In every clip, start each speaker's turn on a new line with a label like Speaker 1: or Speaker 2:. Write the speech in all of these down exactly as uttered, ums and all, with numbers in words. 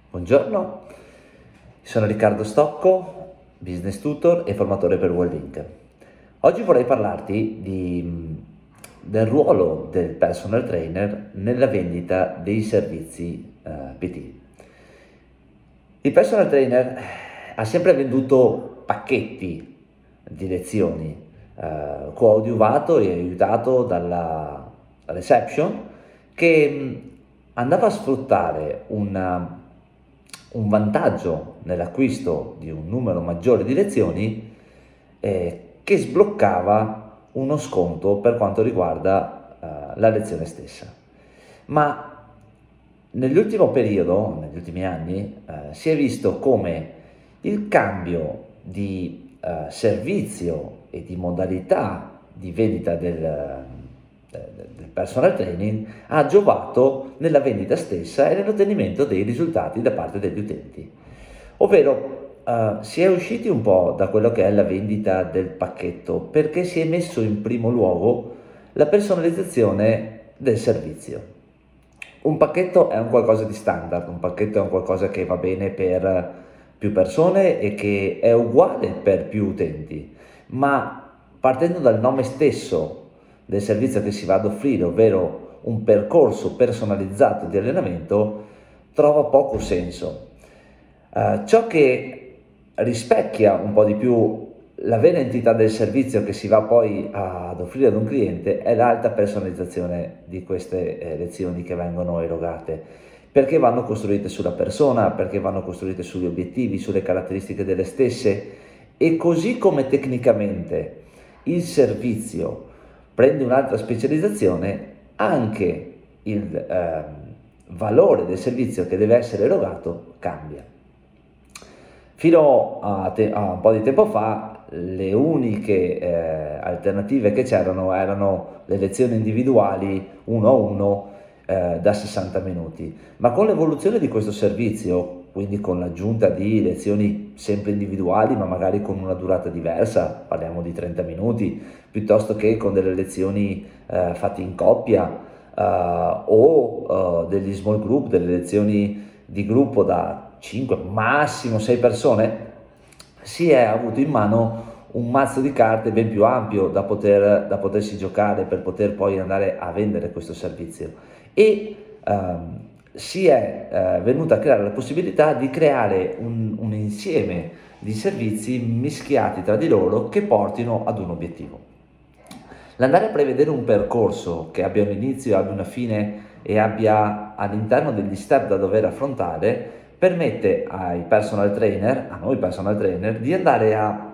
Speaker 1: Buongiorno, sono Riccardo Stocco, business tutor e formatore per Wellink. Oggi vorrei parlarti di, del ruolo del personal trainer nella vendita dei servizi eh, P T. Il personal trainer ha sempre venduto pacchetti di lezioni, eh, coadiuvato e aiutato dalla reception che andava a sfruttare una un vantaggio nell'acquisto di un numero maggiore di lezioni eh, che sbloccava uno sconto per quanto riguarda eh, la lezione stessa. Ma nell'ultimo periodo, negli ultimi anni, eh, si è visto come il cambio di eh, servizio e di modalità di vendita del, del personal training ha giovato nella vendita stessa e nell'ottenimento dei risultati da parte degli utenti. Ovvero eh, si è usciti un po' da quello che è la vendita del pacchetto perché si è messo in primo luogo la personalizzazione del servizio. Un pacchetto è un qualcosa di standard, un pacchetto è un qualcosa che va bene per più persone e che è uguale per più utenti, ma partendo dal nome stesso del servizio che si va ad offrire, ovvero un percorso personalizzato di allenamento, trova poco senso. Uh, ciò che rispecchia un po' di più la vera entità del servizio che si va poi ad offrire ad un cliente è l'alta personalizzazione di queste eh, lezioni che vengono erogate, perché vanno costruite sulla persona, perché vanno costruite sugli obiettivi, sulle caratteristiche delle stesse, e così come tecnicamente il servizio prende un'altra specializzazione, anche il eh, valore del servizio che deve essere erogato cambia. Fino a, te- a un po' di tempo fa le uniche eh, alternative che c'erano erano le lezioni individuali uno a uno eh, da sessanta minuti, ma con l'evoluzione di questo servizio, quindi con l'aggiunta di lezioni sempre individuali ma magari con una durata diversa, parliamo di trenta minuti, piuttosto che con delle lezioni eh, fatte in coppia eh, o eh, degli small group, delle lezioni di gruppo da cinque, massimo sei persone, si è avuto in mano un mazzo di carte ben più ampio da, poter, da potersi giocare per poter poi andare a vendere questo servizio e ehm, si è eh, venuta a creare la possibilità di creare un, un insieme di servizi mischiati tra di loro che portino ad un obiettivo. L'andare a prevedere un percorso che abbia un inizio, abbia una fine e abbia all'interno degli step da dover affrontare permette ai personal trainer, a noi personal trainer, di andare a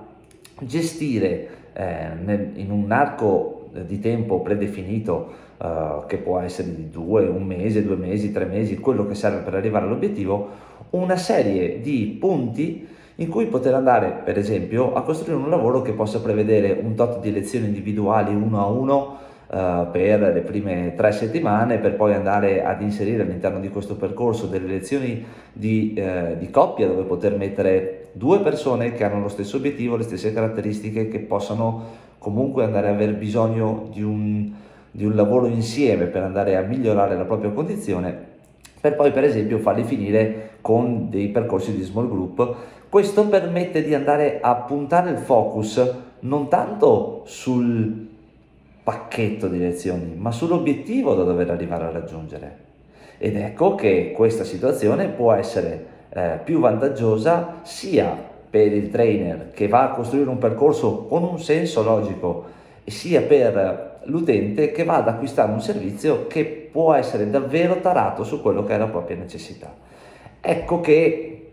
Speaker 1: gestire eh, nel, in un arco di tempo predefinito eh, che può essere di due, un mese, due mesi, tre mesi, quello che serve per arrivare all'obiettivo, una serie di punti in cui poter andare, per esempio, a costruire un lavoro che possa prevedere un tot di lezioni individuali uno a uno Uh, per le prime tre settimane, per poi andare ad inserire all'interno di questo percorso delle lezioni di, uh, di coppia, dove poter mettere due persone che hanno lo stesso obiettivo, le stesse caratteristiche, che possano comunque andare a aver bisogno di un, di un lavoro insieme per andare a migliorare la propria condizione, per poi per esempio farli finire con dei percorsi di small group. Questo permette di andare a puntare il focus non tanto sul pacchetto di lezioni, ma sull'obiettivo da dover arrivare a raggiungere. Ed ecco che questa situazione può essere eh, più vantaggiosa sia per il trainer che va a costruire un percorso con un senso logico, sia per l'utente che va ad acquistare un servizio che può essere davvero tarato su quello che è la propria necessità. Ecco che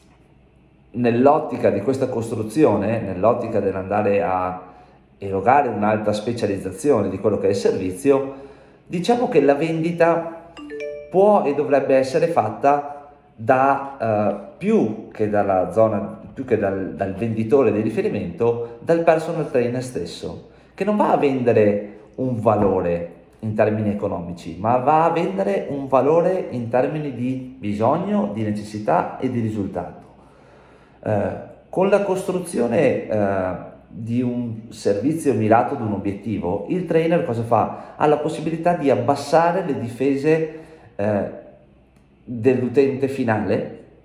Speaker 1: nell'ottica di questa costruzione, nell'ottica dell'andare a erogare un'alta specializzazione di quello che è il servizio, diciamo che la vendita può e dovrebbe essere fatta da uh, più che dalla zona, più che dal, dal venditore di riferimento, dal personal trainer stesso, che non va a vendere un valore in termini economici, ma va a vendere un valore in termini di bisogno, di necessità e di risultato. Uh, con la costruzione uh, di un servizio mirato ad un obiettivo, il trainer cosa fa? Ha la possibilità di abbassare le difese eh, dell'utente finale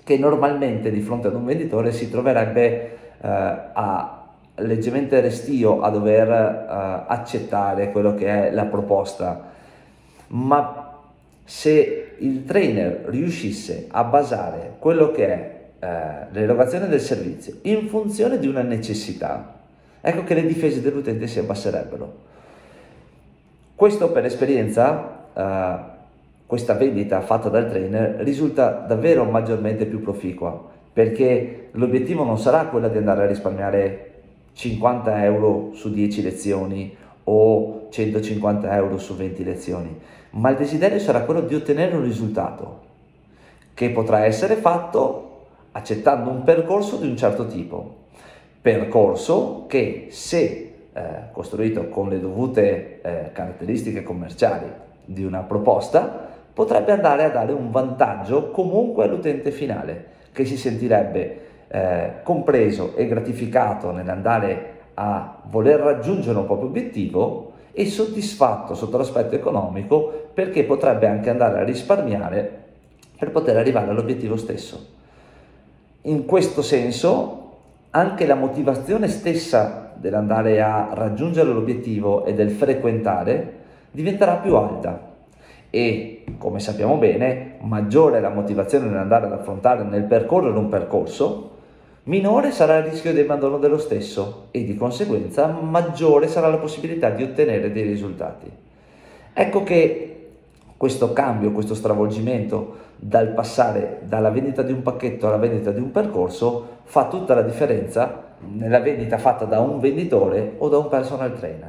Speaker 1: che normalmente di fronte ad un venditore si troverebbe eh, a leggermente restio a dover eh, accettare quello che è la proposta. Ma se il trainer riuscisse a basare quello che è eh, l'erogazione del servizio in funzione di una necessità, ecco che le difese dell'utente si abbasserebbero. Questo per esperienza, eh, questa vendita fatta dal trainer risulta davvero maggiormente più proficua, perché l'obiettivo non sarà quello di andare a risparmiare cinquanta euro su dieci lezioni o centocinquanta euro su venti lezioni, ma il desiderio sarà quello di ottenere un risultato che potrà essere fatto accettando un percorso di un certo tipo, percorso che se eh, costruito con le dovute eh, caratteristiche commerciali di una proposta potrebbe andare a dare un vantaggio comunque all'utente finale, che si sentirebbe eh, compreso e gratificato nell'andare a voler raggiungere un proprio obiettivo e soddisfatto sotto l'aspetto economico, perché potrebbe anche andare a risparmiare per poter arrivare all'obiettivo stesso. In questo senso anche la motivazione stessa dell'andare a raggiungere l'obiettivo e del frequentare diventerà più alta e, come sappiamo bene, maggiore è la motivazione nell'andare ad affrontare, nel percorrere un percorso, minore sarà il rischio di abbandono dello stesso e di conseguenza maggiore sarà la possibilità di ottenere dei risultati. Ecco che questo cambio, questo stravolgimento dal passare dalla vendita di un pacchetto alla vendita di un percorso fa tutta la differenza nella vendita fatta da un venditore o da un personal trainer.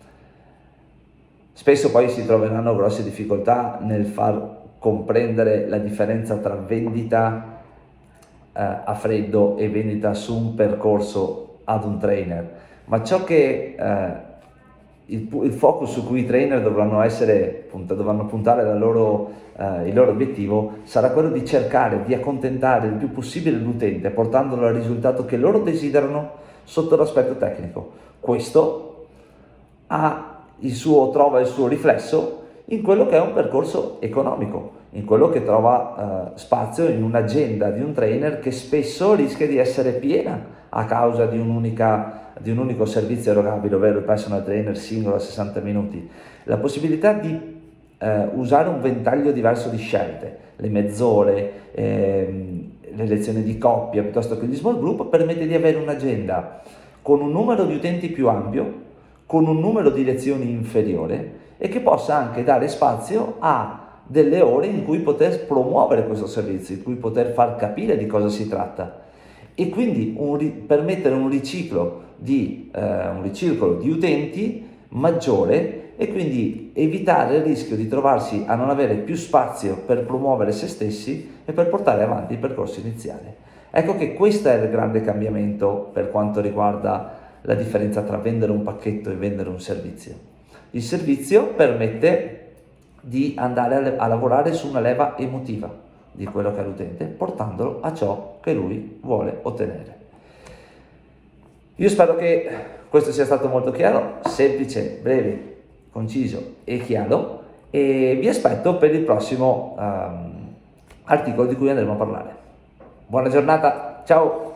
Speaker 1: Spesso poi si troveranno grosse difficoltà nel far comprendere la differenza tra vendita eh, a freddo e vendita su un percorso ad un trainer, ma ciò che eh, il, il focus su cui i trainer dovranno essere, dovranno puntare la loro, eh, il loro obiettivo sarà quello di cercare di accontentare il più possibile l'utente, portandolo al risultato che loro desiderano sotto l'aspetto tecnico. Questo ha il suo, trova il suo riflesso in quello che è un percorso economico, in quello che trova eh, spazio in un'agenda di un trainer che spesso rischia di essere piena a causa di, un'unica, di un unico servizio erogabile, ovvero il personal trainer singolo a sessanta minuti. La possibilità di eh, usare un ventaglio diverso di scelte, le mezz'ore, ehm, le lezioni di coppia piuttosto che di small group, permette di avere un'agenda con un numero di utenti più ampio, con un numero di lezioni inferiore e che possa anche dare spazio a delle ore in cui poter promuovere questo servizio, in cui poter far capire di cosa si tratta e quindi un, permettere un riciclo di, eh, un ricircolo di utenti maggiore e quindi evitare il rischio di trovarsi a non avere più spazio per promuovere se stessi e per portare avanti il percorso iniziale. Ecco che questo è il grande cambiamento per quanto riguarda la differenza tra vendere un pacchetto e vendere un servizio. Il servizio permette di andare a, a lavorare su una leva emotiva di quello che è l'utente, portandolo a ciò che lui vuole ottenere. Io spero che questo sia stato molto chiaro, semplice, breve, conciso e chiaro, e vi aspetto per il prossimo um, articolo di cui andremo a parlare. Buona giornata, ciao!